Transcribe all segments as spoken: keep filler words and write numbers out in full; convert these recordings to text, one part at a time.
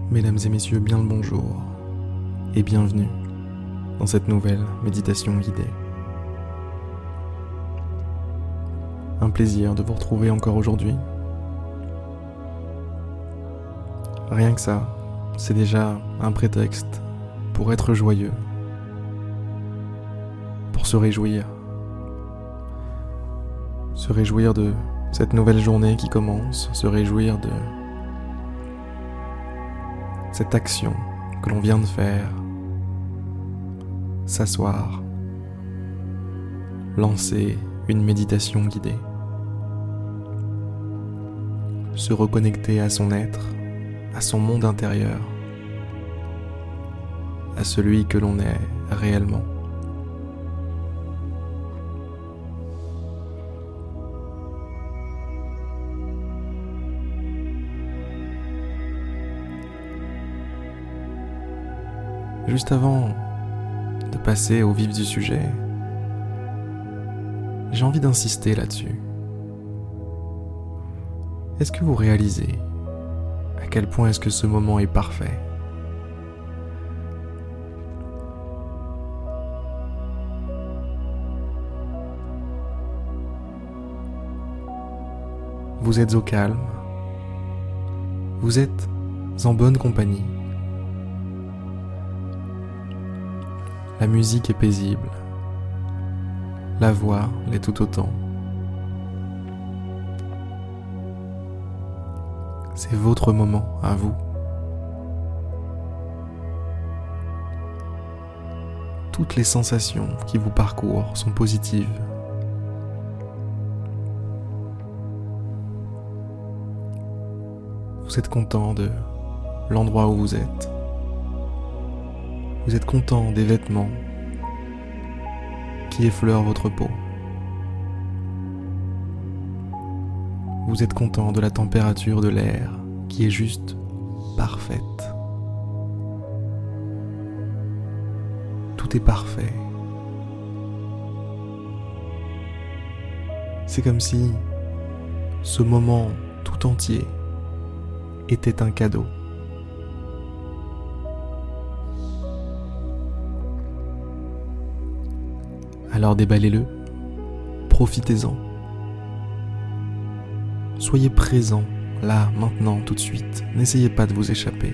Mesdames et messieurs, bien le bonjour et bienvenue dans cette nouvelle méditation guidée. Un plaisir de vous retrouver encore aujourd'hui. Rien que ça, c'est déjà un prétexte pour être joyeux, pour se réjouir. Se réjouir de cette nouvelle journée qui commence, se réjouir de cette action que l'on vient de faire, s'asseoir, lancer une méditation guidée, se reconnecter à son être, à son monde intérieur, à celui que l'on est réellement. Juste avant de passer au vif du sujet, j'ai envie d'insister là-dessus. Est-ce que vous réalisez à quel point est-ce que ce moment est parfait ? Vous êtes au calme, vous êtes en bonne compagnie. La musique est paisible, la voix l'est tout autant. C'est votre moment à vous. Toutes les sensations qui vous parcourent sont positives. Vous êtes content de l'endroit où vous êtes. Vous êtes content des vêtements qui effleurent votre peau. Vous êtes content de la température de l'air qui est juste parfaite. Tout est parfait. C'est comme si ce moment tout entier était un cadeau. Alors déballez-le, profitez-en. Soyez présent, là, maintenant, tout de suite. N'essayez pas de vous échapper.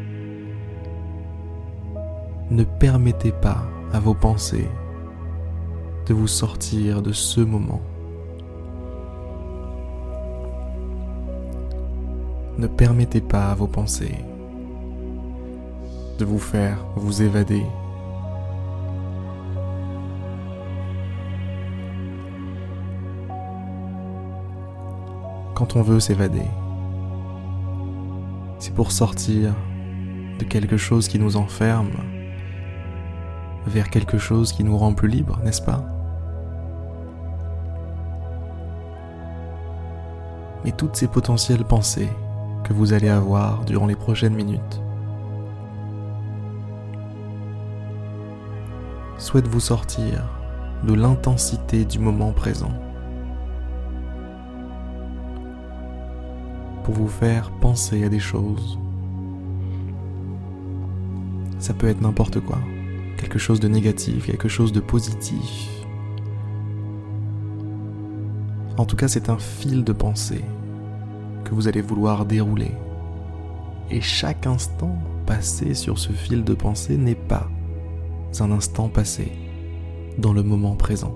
Ne permettez pas à vos pensées de vous sortir de ce moment. Ne permettez pas à vos pensées de vous faire vous évader. Quand on veut s'évader, c'est pour sortir de quelque chose qui nous enferme vers quelque chose qui nous rend plus libres, n'est-ce pas ? Mais toutes ces potentielles pensées que vous allez avoir durant les prochaines minutes souhaitent vous sortir de l'intensité du moment présent, pour vous faire penser à des choses. Ça peut être n'importe quoi, quelque chose de négatif, quelque chose de positif. En tout cas, c'est un fil de pensée que vous allez vouloir dérouler. Et chaque instant passé sur ce fil de pensée n'est pas un instant passé dans le moment présent.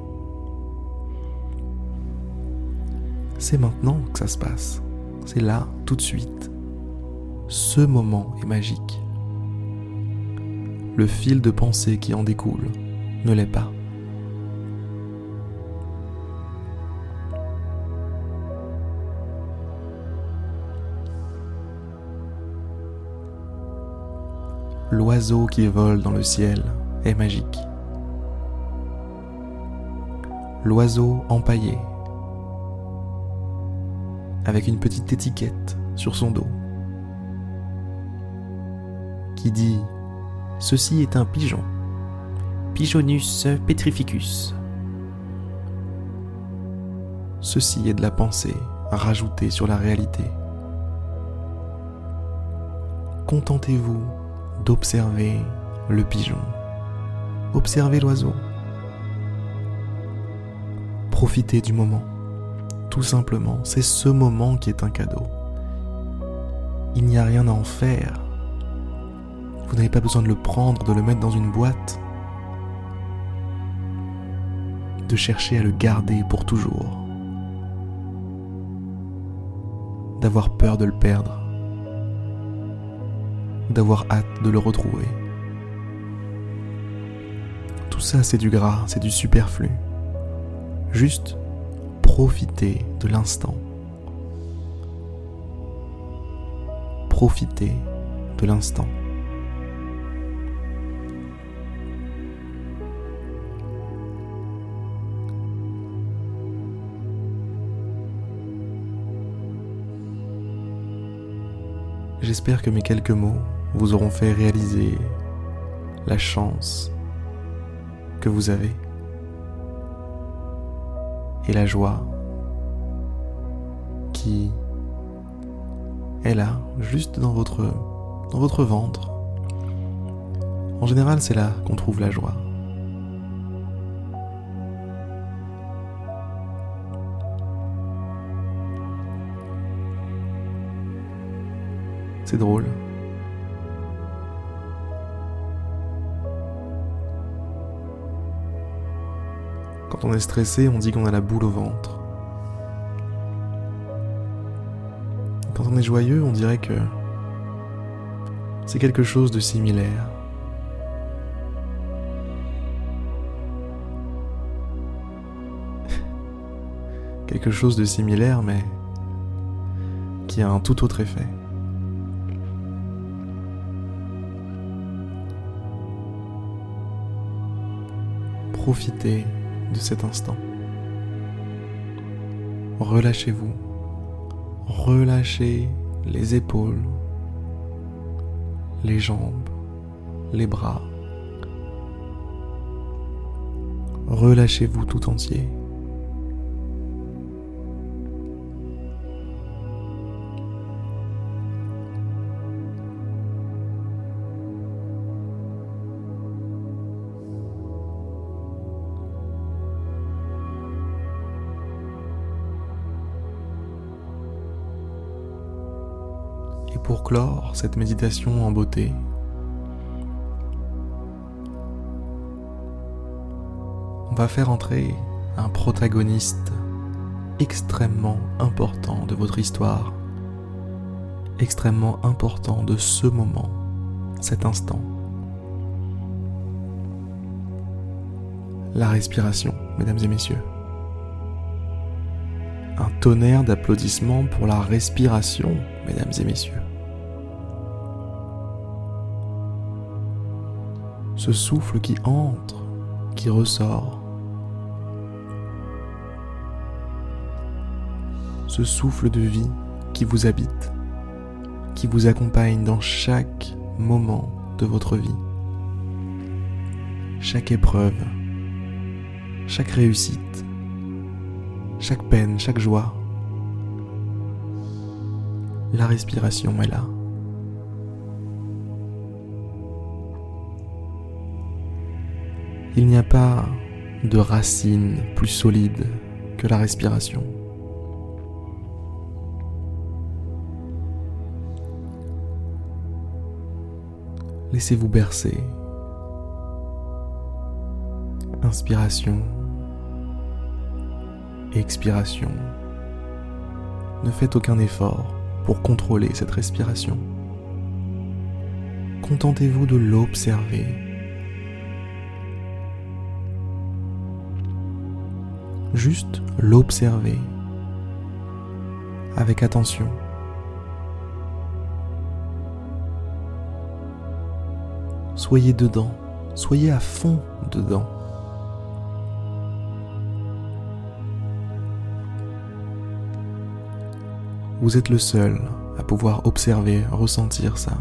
C'est maintenant que ça se passe. C'est là, tout de suite. Ce moment est magique. Le fil de pensée qui en découle ne l'est pas. L'oiseau qui vole dans le ciel est magique. L'oiseau empaillé, avec une petite étiquette sur son dos, qui dit « Ceci est un pigeon, Pigeonus petrificus ». Ceci est de la pensée rajoutée sur la réalité. contentez-vous d'observer le pigeon. Observez l'oiseau. Profitez du moment. Tout simplement, c'est ce moment qui est un cadeau. Il n'y a rien à en faire. Vous n'avez pas besoin de le prendre, de le mettre dans une boîte, de chercher à le garder pour toujours, d'avoir peur de le perdre, d'avoir hâte de le retrouver. Tout ça, c'est du gras, c'est du superflu. Juste profitez de l'instant. Profitez de l'instant. J'espère que mes quelques mots vous auront fait réaliser la chance que vous avez et la joie qui est là, juste dans votre, dans votre ventre. En général, c'est là qu'on trouve la joie. C'est drôle. Quand on est stressé, on dit qu'on a la boule au ventre. Quand on est joyeux, on dirait que c'est quelque chose de similaire. Quelque chose de similaire, mais qui a un tout autre effet. Profitez de cet instant. Relâchez-vous. Relâchez les épaules, les jambes, les bras. Relâchez-vous tout entier. Et pour clore cette méditation en beauté, on va faire entrer un protagoniste extrêmement important de votre histoire, extrêmement important de ce moment, cet instant. La respiration, mesdames et messieurs. Un tonnerre d'applaudissements pour la respiration, mesdames et messieurs. Ce souffle qui entre, qui ressort. Ce souffle de vie qui vous habite, qui vous accompagne dans chaque moment de votre vie. Chaque épreuve, chaque réussite, chaque peine, chaque joie. La respiration est là. Il n'y a pas de racine plus solide que la respiration. Laissez-vous bercer. Inspiration. Expiration. Ne faites aucun effort pour contrôler cette respiration. Contentez-vous de l'observer. Juste l'observer avec attention. Soyez dedans, soyez à fond dedans. Vous êtes le seul à pouvoir observer, ressentir ça.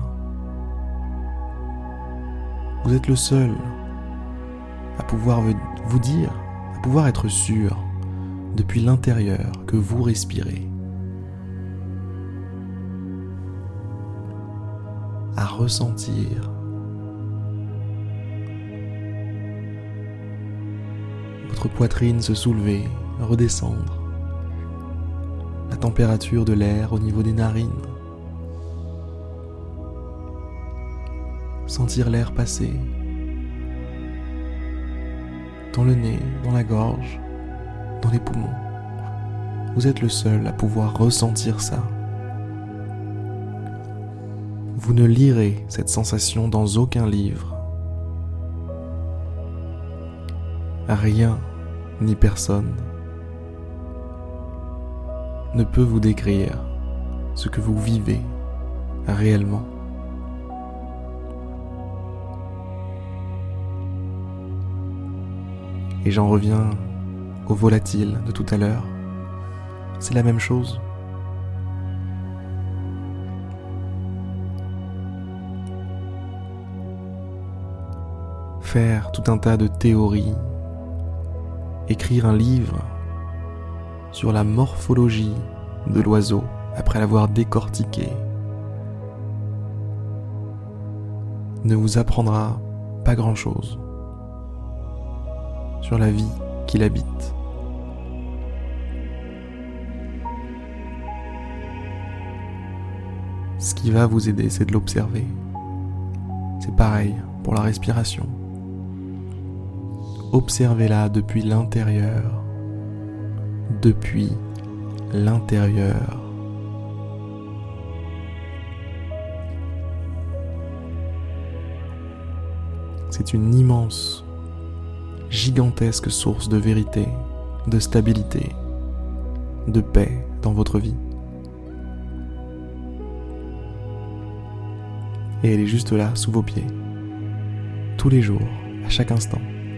Vous êtes le seul à pouvoir vous dire, à pouvoir être sûr depuis l'intérieur que vous respirez. à ressentir votre poitrine se soulever, redescendre, la température de l'air au niveau des narines, sentir l'air passer dans le nez, dans la gorge, dans les poumons. Vous êtes le seul à pouvoir ressentir ça. Vous ne lirez cette sensation dans aucun livre. Rien ni personne ne peut vous décrire ce que vous vivez réellement. Et j'en reviens au volatile de tout à l'heure. C'est la même chose. Faire tout un tas de théories, écrire un livre sur la morphologie de l'oiseau après l'avoir décortiqué ne vous apprendra pas grand-chose sur la vie qu'il habite. Ce qui va vous aider, c'est de l'observer. C'est pareil pour la respiration. Observez-la depuis l'intérieur. Depuis l'intérieur. C'est une immense, gigantesque source de vérité, de stabilité, de paix dans votre vie. Et elle est juste là, sous vos pieds, tous les jours, à chaque instant.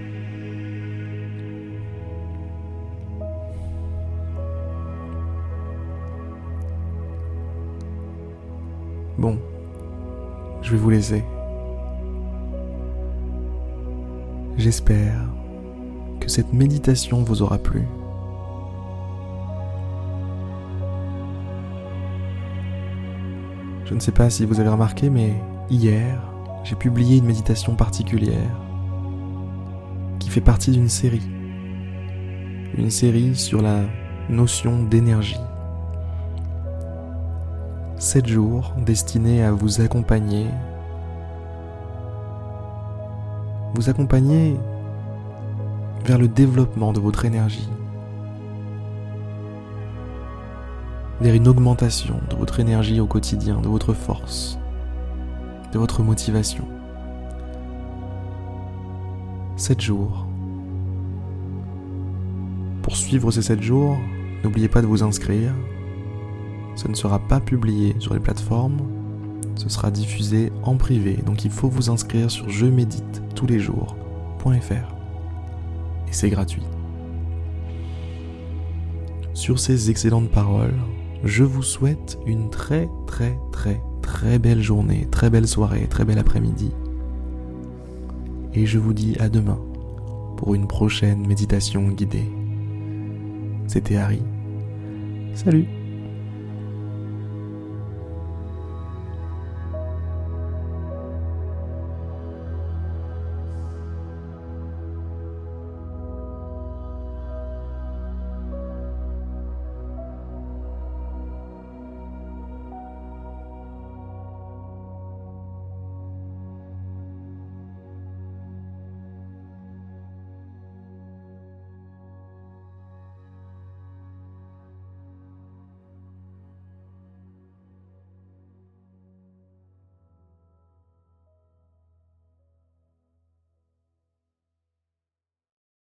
Bon, je vais vous laisser. J'espère que cette méditation vous aura plu. Je ne sais pas si vous avez remarqué, mais hier, j'ai publié une méditation particulière qui fait partie d'une série. Une série sur la notion d'énergie. Sept jours destinés à vous accompagner, vous accompagner vers le développement de votre énergie, vers une augmentation de votre énergie au quotidien, de votre force, de votre motivation. Sept jours. Pour suivre ces sept jours, n'oubliez pas de vous inscrire. Ce ne sera pas publié sur les plateformes, ce sera diffusé en privé, donc il faut vous inscrire sur je médite tous les jours point f r et c'est gratuit. Sur ces excellentes paroles, je vous souhaite une très très très très belle journée, très belle soirée, très bel après-midi et je vous dis à demain pour une prochaine méditation guidée. C'était Harry. Salut!